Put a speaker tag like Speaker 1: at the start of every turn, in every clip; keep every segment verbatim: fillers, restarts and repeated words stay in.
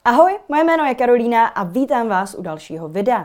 Speaker 1: Ahoj, moje jméno je Karolína a vítám vás u dalšího videa.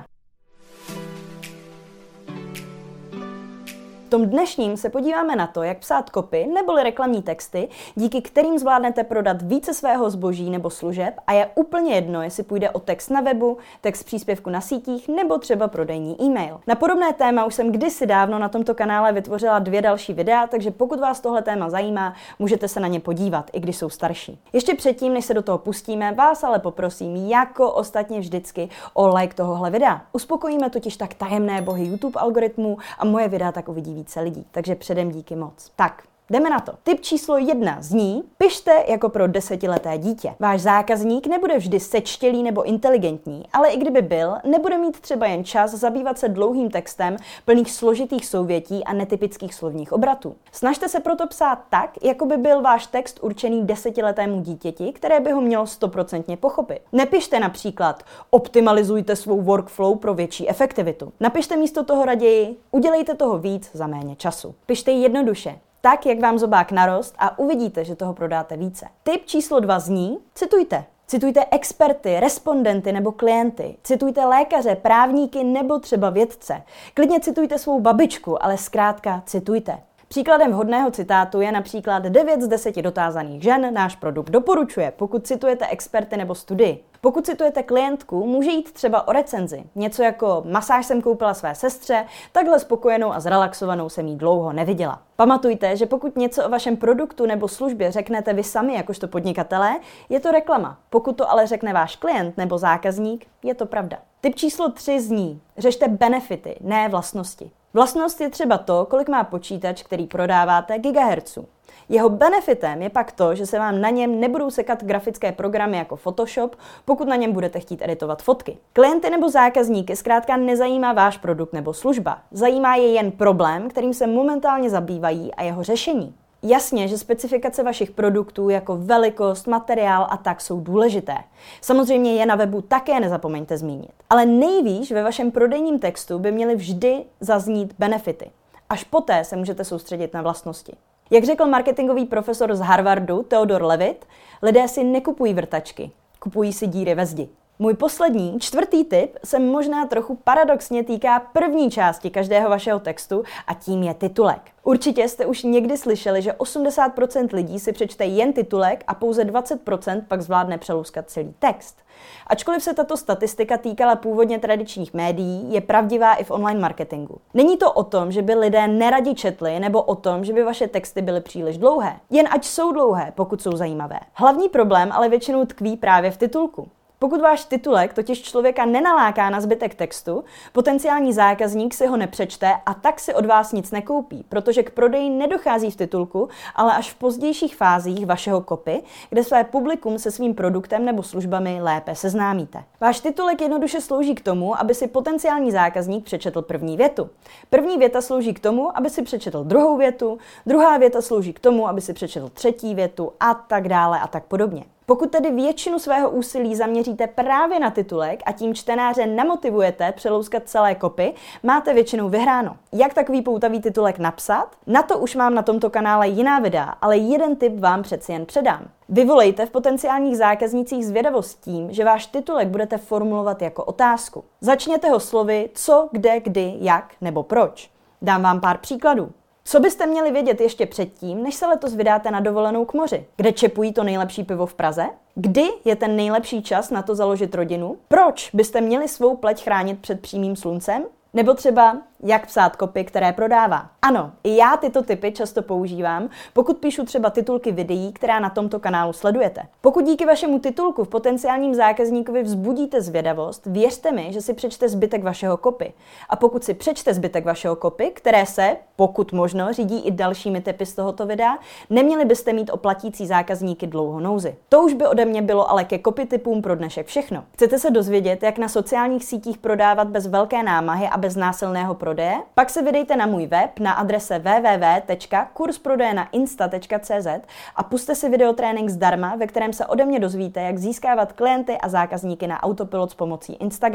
Speaker 1: V tom dnešním se podíváme na to, jak psát copy neboli reklamní texty, díky kterým zvládnete prodat více svého zboží nebo služeb a je úplně jedno, jestli půjde o text na webu, text příspěvku na sítích nebo třeba prodejní e-mail. Na podobné téma už jsem kdysi dávno na tomto kanále vytvořila dvě další videa, takže pokud vás tohle téma zajímá, můžete se na ně podívat, i když jsou starší. Ještě předtím, než se do toho pustíme, vás ale poprosím, jako ostatně vždycky, o like tohohle videa. Uspokojíme totiž tak tajemné bohy YouTube algoritmů a moje videa tak uvidí více lidí, takže předem díky moc. Tak, jdeme na to. Tip číslo jedna zní: pište jako pro desetileté dítě. Váš zákazník nebude vždy sečtělý nebo inteligentní, ale i kdyby byl, nebude mít třeba jen čas zabývat se dlouhým textem plných složitých souvětí a netypických slovních obratů. Snažte se proto psát tak, jako by byl váš text určený desetiletému dítěti, které by ho mělo stoprocentně pochopit. Nepište například: optimalizujte svou workflow pro větší efektivitu. Napište místo toho raději: udělejte toho víc za méně času. Pište jednoduše, tak, jak vám zobák narost, a uvidíte, že toho prodáte více. Tip číslo dva zní: citujte. Citujte experty, respondenty nebo klienty. Citujte lékaře, právníky nebo třeba vědce. Klidně citujte svou babičku, ale zkrátka citujte. Příkladem vhodného citátu je například devět z deseti dotázaných žen náš produkt doporučuje, pokud citujete experty nebo studii. Pokud citujete klientku, může jít třeba o recenzi. Něco jako: masáž jsem koupila své sestře, takhle spokojenou a zrelaxovanou jsem jí dlouho neviděla. Pamatujte, že pokud něco o vašem produktu nebo službě řeknete vy sami jakožto podnikatelé, je to reklama. Pokud to ale řekne váš klient nebo zákazník, je to pravda. Tip číslo tři zní: řešte benefity, ne vlastnosti. Vlastnost je třeba to, kolik má počítač, který prodáváte, gigahertzů. Jeho benefitem je pak to, že se vám na něm nebudou sekat grafické programy jako Photoshop, pokud na něm budete chtít editovat fotky. Klienty nebo zákazníky zkrátka nezajímá váš produkt nebo služba. Zajímá je jen problém, kterým se momentálně zabývají, a jeho řešení. Jasně, že specifikace vašich produktů jako velikost, materiál a tak jsou důležité. Samozřejmě je na webu také nezapomeňte zmínit. Ale nejvýš ve vašem prodejním textu by měly vždy zaznít benefity. Až poté se můžete soustředit na vlastnosti. Jak řekl marketingový profesor z Harvardu Theodor Levitt, lidé si nekupují vrtačky, kupují si díry ve zdi. Můj poslední, čtvrtý tip se možná trochu paradoxně týká první části každého vašeho textu a tím je titulek. Určitě jste už někdy slyšeli, že osmdesát procent lidí si přečte jen titulek a pouze dvacet procent pak zvládne přelouskat celý text. Ačkoliv se tato statistika týkala původně tradičních médií, je pravdivá i v online marketingu. Není to o tom, že by lidé neradi četli, nebo o tom, že by vaše texty byly příliš dlouhé. Jen ať jsou dlouhé, pokud jsou zajímavé. Hlavní problém ale většinou tkví právě v titulku. Pokud váš titulek totiž člověka nenaláká na zbytek textu, potenciální zákazník si ho nepřečte a tak si od vás nic nekoupí, protože k prodeji nedochází v titulku, ale až v pozdějších fázích vašeho copy, kde své publikum se svým produktem nebo službami lépe seznámíte. Váš titulek jednoduše slouží k tomu, aby si potenciální zákazník přečetl první větu. První věta slouží k tomu, aby si přečetl druhou větu, druhá věta slouží k tomu, aby si přečetl třetí větu a tak dále a tak podobně. Pokud tedy většinu svého úsilí zaměříte právě na titulek a tím čtenáře namotivujete přelouskat celé copy, máte většinou vyhráno. Jak takový poutavý titulek napsat? Na to už mám na tomto kanále jiná videa, ale jeden tip vám přeci jen předám. Vyvolejte v potenciálních zákaznících zvědavost tím, že váš titulek budete formulovat jako otázku. Začněte ho slovy co, kde, kdy, jak nebo proč. Dám vám pár příkladů. Co byste měli vědět ještě předtím, než se letos vydáte na dovolenou k moři? Kde čepují to nejlepší pivo v Praze? Kdy je ten nejlepší čas na to založit rodinu? Proč byste měli svou pleť chránit před přímým sluncem? Nebo třeba, jak psát copy, které prodává. Ano, i já tyto tipy často používám, pokud píšu třeba titulky videí, která na tomto kanálu sledujete. Pokud díky vašemu titulku v potenciálním zákazníkovi vzbudíte zvědavost, věřte mi, že si přečte zbytek vašeho copy. A pokud si přečte zbytek vašeho copy, které se, pokud možno, řídí i dalšími tipy z tohoto videa, neměli byste mít o platící zákazníky dlouho nouzy. To už by ode mě bylo ale ke copy tipům pro dnešek všechno. Chcete se dozvědět, jak na sociálních sítích prodávat bez velké námahy a bez násilného prodeje? Pak se vydejte na můj web na adrese w w w tečka kursprodejnainsta tečka c z a pusťte si videotrénink zdarma, ve kterém se ode mě dozvíte, jak získávat klienty a zákazníky na autopilot s pomocí Instagramu.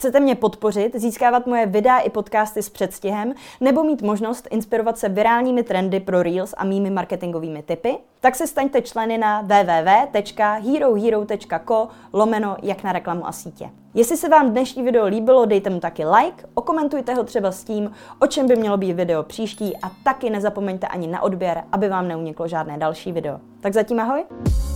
Speaker 1: Chcete mě podpořit, získávat moje videa i podcasty s předstihem, nebo mít možnost inspirovat se virálními trendy pro Reels a mými marketingovými tipy? Tak se staňte členy na w w w tečka herohero tečka co lomeno jak na reklamu a sítě. Jestli se vám dnešní video líbilo, dejte mu taky like, okomentujte ho třeba s tím, o čem by mělo být video příští a taky nezapomeňte ani na odběr, aby vám neuniklo žádné další video. Tak zatím ahoj!